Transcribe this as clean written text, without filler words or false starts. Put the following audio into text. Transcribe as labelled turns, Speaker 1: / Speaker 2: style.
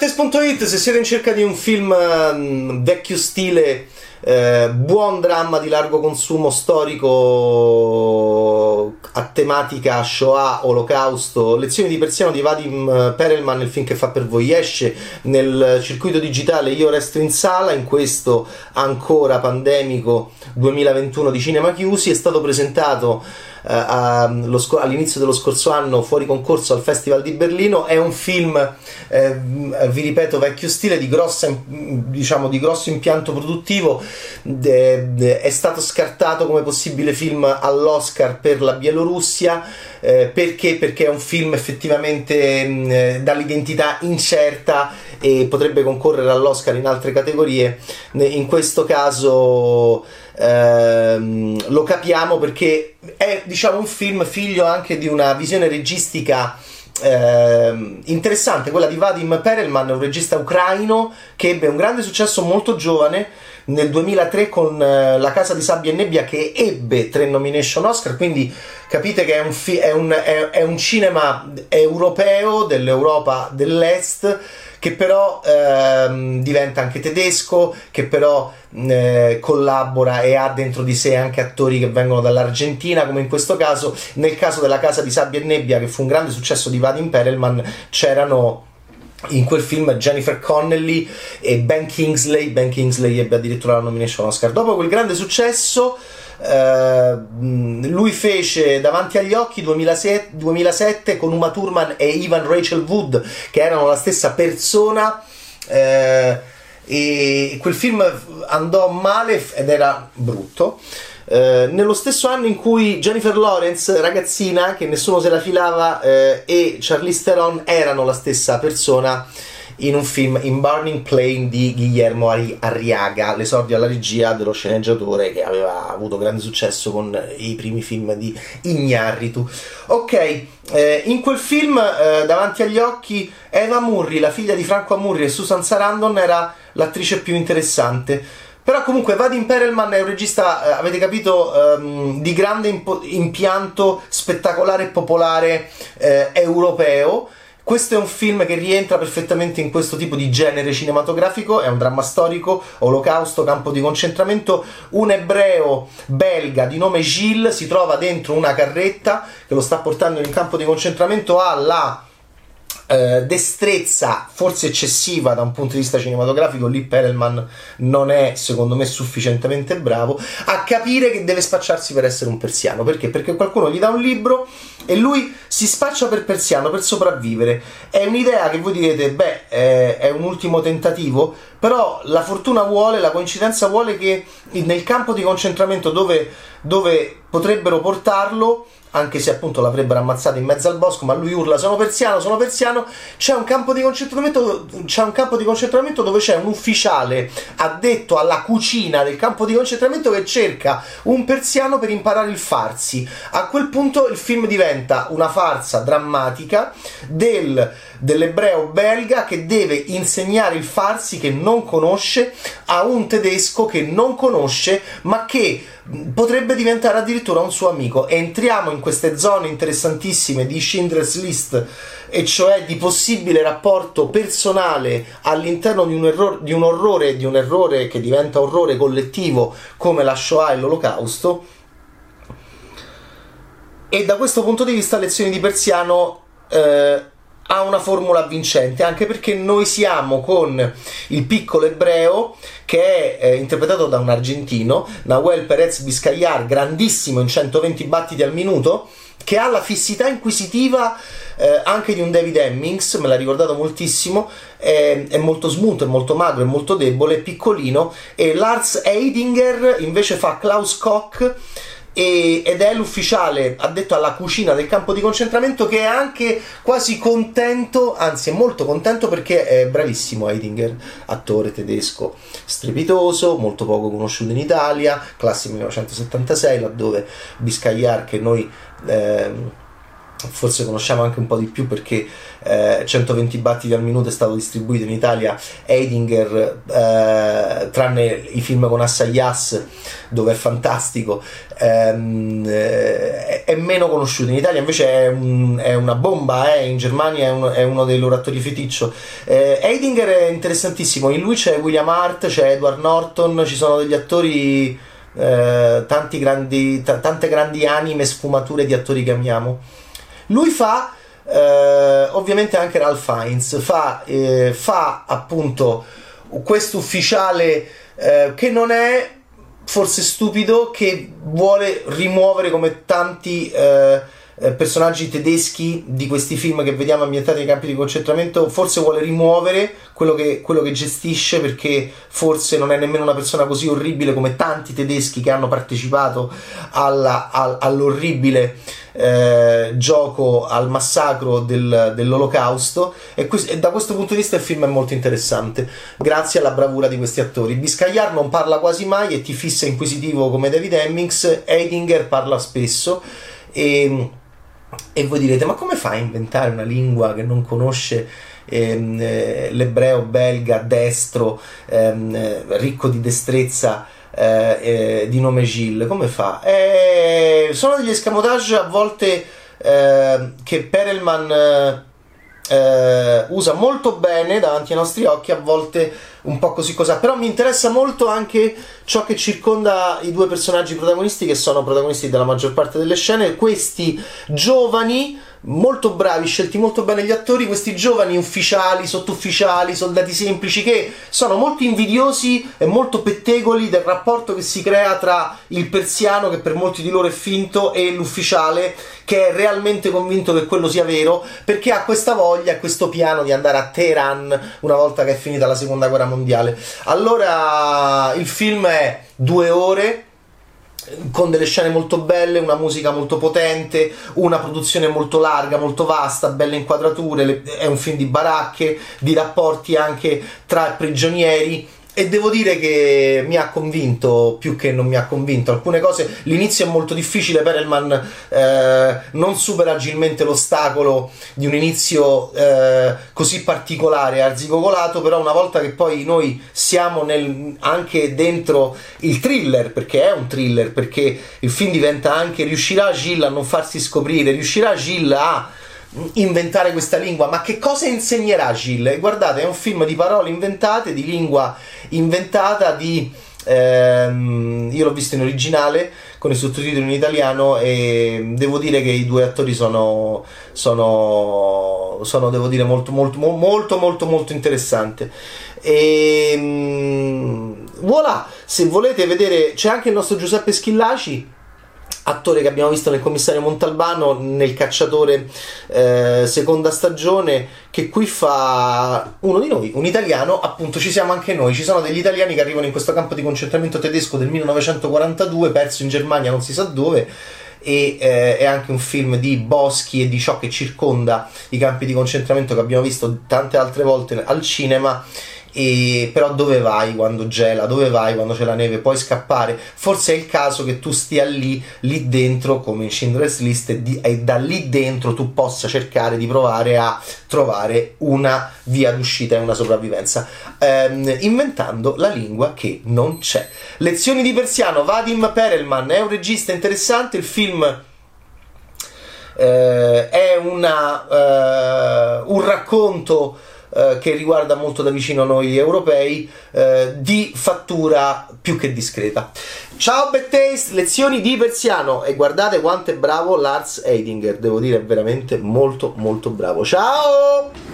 Speaker 1: Cinetest.it, se siete in cerca di un film vecchio stile, buon dramma di largo consumo storico a tematica Shoah, Olocausto, Lezioni di persiano di Vadim Perelman, il film che fa per voi, esce nel circuito digitale Io resto in sala in questo ancora pandemico 2021 di Cinema Chiusi. È stato presentato all'inizio dello scorso anno fuori concorso al Festival di Berlino. È un film, vi ripeto, vecchio stile, di grosso impianto produttivo. È stato scartato come possibile film all'Oscar per la Bielorussia, perché è un film effettivamente dall'identità incerta e potrebbe concorrere all'Oscar in altre categorie. In questo caso lo capiamo, perché è un film figlio anche di una visione registica interessante, quella di Vadim Perelman, un regista ucraino che ebbe un grande successo molto giovane nel 2003 con La casa di sabbia e nebbia, che ebbe 3 nomination Oscar, quindi capite che è un cinema europeo, dell'Europa dell'Est, che però diventa anche tedesco, che però collabora e ha dentro di sé anche attori che vengono dall'Argentina, come in questo caso. Nel caso della Casa di sabbia e nebbia, che fu un grande successo di Vadim Perelman, c'erano in quel film Jennifer Connelly e Ben Kingsley. Ben Kingsley ebbe addirittura la nomination Oscar. Dopo quel grande successo lui fece Davanti agli occhi 2007 con Uma Thurman e Evan Rachel Wood, che erano la stessa persona, e quel film andò male ed era brutto. Nello stesso anno in cui Jennifer Lawrence, ragazzina che nessuno se la filava, e Charlize Theron erano la stessa persona in un film, in Burning Plain di Guillermo Arriaga, l'esordio alla regia dello sceneggiatore che aveva avuto grande successo con i primi film di Iñárritu. Ok, in quel film, Davanti agli occhi, Eva Murray, la figlia di Franco Amurri, e Susan Sarandon era l'attrice più interessante. Però comunque Vadim Perelman è un regista, avete capito, di grande impianto spettacolare e popolare europeo. Questo è un film che rientra perfettamente in questo tipo di genere cinematografico, è un dramma storico, Olocausto, campo di concentramento. Un ebreo belga di nome Gilles si trova dentro una carretta che lo sta portando in campo di concentramento, ha la destrezza forse eccessiva da un punto di vista cinematografico. Lì Perelman non è, secondo me, sufficientemente bravo a capire che deve spacciarsi per essere un persiano. Perché? Perché qualcuno gli dà un libro e lui si spaccia per persiano per sopravvivere. È un'idea che voi direte, è un ultimo tentativo, però la fortuna vuole, la coincidenza vuole che nel campo di concentramento dove potrebbero portarlo, anche se appunto l'avrebbero ammazzato in mezzo al bosco, ma lui urla sono persiano, c'è un campo di concentramento dove c'è un ufficiale addetto alla cucina del campo di concentramento che cerca un persiano per imparare il farsi. A quel punto il film diventa una farsa drammatica dell'ebreo belga che deve insegnare il farsi, che non conosce, a un tedesco che non conosce, ma che potrebbe diventare addirittura un suo amico. Entriamo in queste zone interessantissime di Schindler's List, e cioè di possibile rapporto personale all'interno di un errore che diventa orrore collettivo come la Shoah e l'Olocausto. E da questo punto di vista Lezioni di persiano ha una formula vincente, anche perché noi siamo con il piccolo ebreo che è interpretato da un argentino, Nahuel Pérez Biscayar, grandissimo in 120 battiti al minuto, che ha la fissità inquisitiva anche di un David Hemmings, me l'ha ricordato moltissimo. È molto smunto, è molto magro, è molto debole, è piccolino. E Lars Eidinger invece fa Klaus Koch, ed è l'ufficiale addetto alla cucina del campo di concentramento, che è anche quasi contento, anzi è molto contento, perché è bravissimo Eidinger, attore tedesco strepitoso, molto poco conosciuto in Italia, classe 1976, laddove Biscayar, che noi forse conosciamo anche un po' di più perché 120 battiti al minuto è stato distribuito in Italia. Heidinger, tranne i film con Assayas dove è fantastico, è meno conosciuto. In Italia invece è una bomba, in Germania è uno dei loro attori feticcio. Heidinger è interessantissimo, in lui c'è William Hart, c'è Edward Norton, ci sono degli attori, tante grandi anime, sfumature di attori che amiamo. Lui fa ovviamente anche Ralph Fiennes, fa appunto questo ufficiale che non è forse stupido, che vuole rimuovere, come tanti personaggi tedeschi di questi film che vediamo ambientati nei campi di concentramento, forse vuole rimuovere quello che gestisce, perché forse non è nemmeno una persona così orribile come tanti tedeschi che hanno partecipato all'orribile gioco, al massacro dell'Olocausto, e da questo punto di vista il film è molto interessante grazie alla bravura di questi attori. Biscayar non parla quasi mai e ti fissa inquisitivo come David Hemmings. Heidinger parla spesso e voi direte: ma come fai a inventare una lingua che non conosce l'ebreo belga destro, ricco di destrezza, di nome Gilles? Come fa? Sono degli escamotage a volte che Perelman usa molto bene davanti ai nostri occhi, a volte un po' così cos'ha, però mi interessa molto anche ciò che circonda i due personaggi protagonisti, che sono protagonisti della maggior parte delle scene, questi giovani molto bravi, scelti molto bene gli attori, questi giovani ufficiali, sottufficiali, soldati semplici, che sono molto invidiosi e molto pettegoli del rapporto che si crea tra il persiano, che per molti di loro è finto, e l'ufficiale, che è realmente convinto che quello sia vero, perché ha questa voglia, questo piano di andare a Teheran una volta che è finita la seconda guerra mondiale. Allora il film è 2 ore con delle scene molto belle, una musica molto potente, una produzione molto larga, molto vasta, belle inquadrature, è un film di baracche, di rapporti anche tra prigionieri, e devo dire che mi ha convinto più che non mi ha convinto. Alcune cose, l'inizio è molto difficile, Perelman non supera agilmente l'ostacolo di un inizio così particolare, arzigogolato, però una volta che poi noi siamo anche dentro il thriller, perché è un thriller, perché il film diventa anche: riuscirà Gilles a non farsi scoprire, riuscirà Gilles a inventare questa lingua, ma che cosa insegnerà Gilles? Guardate, è un film di parole inventate, di lingua inventata, io l'ho visto in originale con i sottotitoli in italiano, e devo dire che i due attori sono devo dire molto interessante. Voilà, se volete vedere, c'è anche il nostro Giuseppe Schillaci, attore che abbiamo visto nel Commissario Montalbano, nel Cacciatore seconda stagione, che qui fa uno di noi, un italiano, appunto. Ci siamo anche noi, ci sono degli italiani che arrivano in questo campo di concentramento tedesco del 1942, perso in Germania non si sa dove, e è anche un film di boschi e di ciò che circonda i campi di concentramento, che abbiamo visto tante altre volte al cinema. Però dove vai quando gela? Dove vai quando c'è la neve? Puoi scappare? Forse è il caso che tu stia lì dentro, come in Schindler's List, e da lì dentro tu possa cercare di provare a trovare una via d'uscita e una sopravvivenza, inventando la lingua che non c'è. Lezioni di persiano, Vadim Perelman è un regista interessante. Il film è un racconto che riguarda molto da vicino noi europei, di fattura più che discreta. Ciao Bad Taste, lezioni di persiano, e guardate quanto è bravo Lars Heidinger, devo dire è veramente molto bravo. Ciao!